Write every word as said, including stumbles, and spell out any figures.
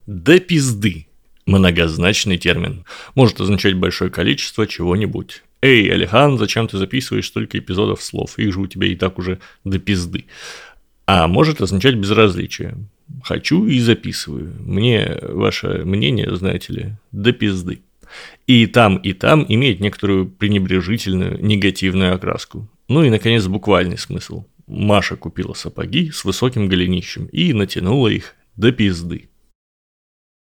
До пизды. Многозначный термин. Может означать большое количество чего-нибудь. Эй, Алихан, зачем ты записываешь столько эпизодов слов? Их же у тебя и так уже до пизды. А может означать безразличие. Хочу и записываю. Мне ваше мнение, знаете ли, до пизды. И там, и там имеет некоторую пренебрежительную, негативную окраску. Ну и, наконец, буквальный смысл. Маша купила сапоги с высоким голенищем и натянула их до пизды.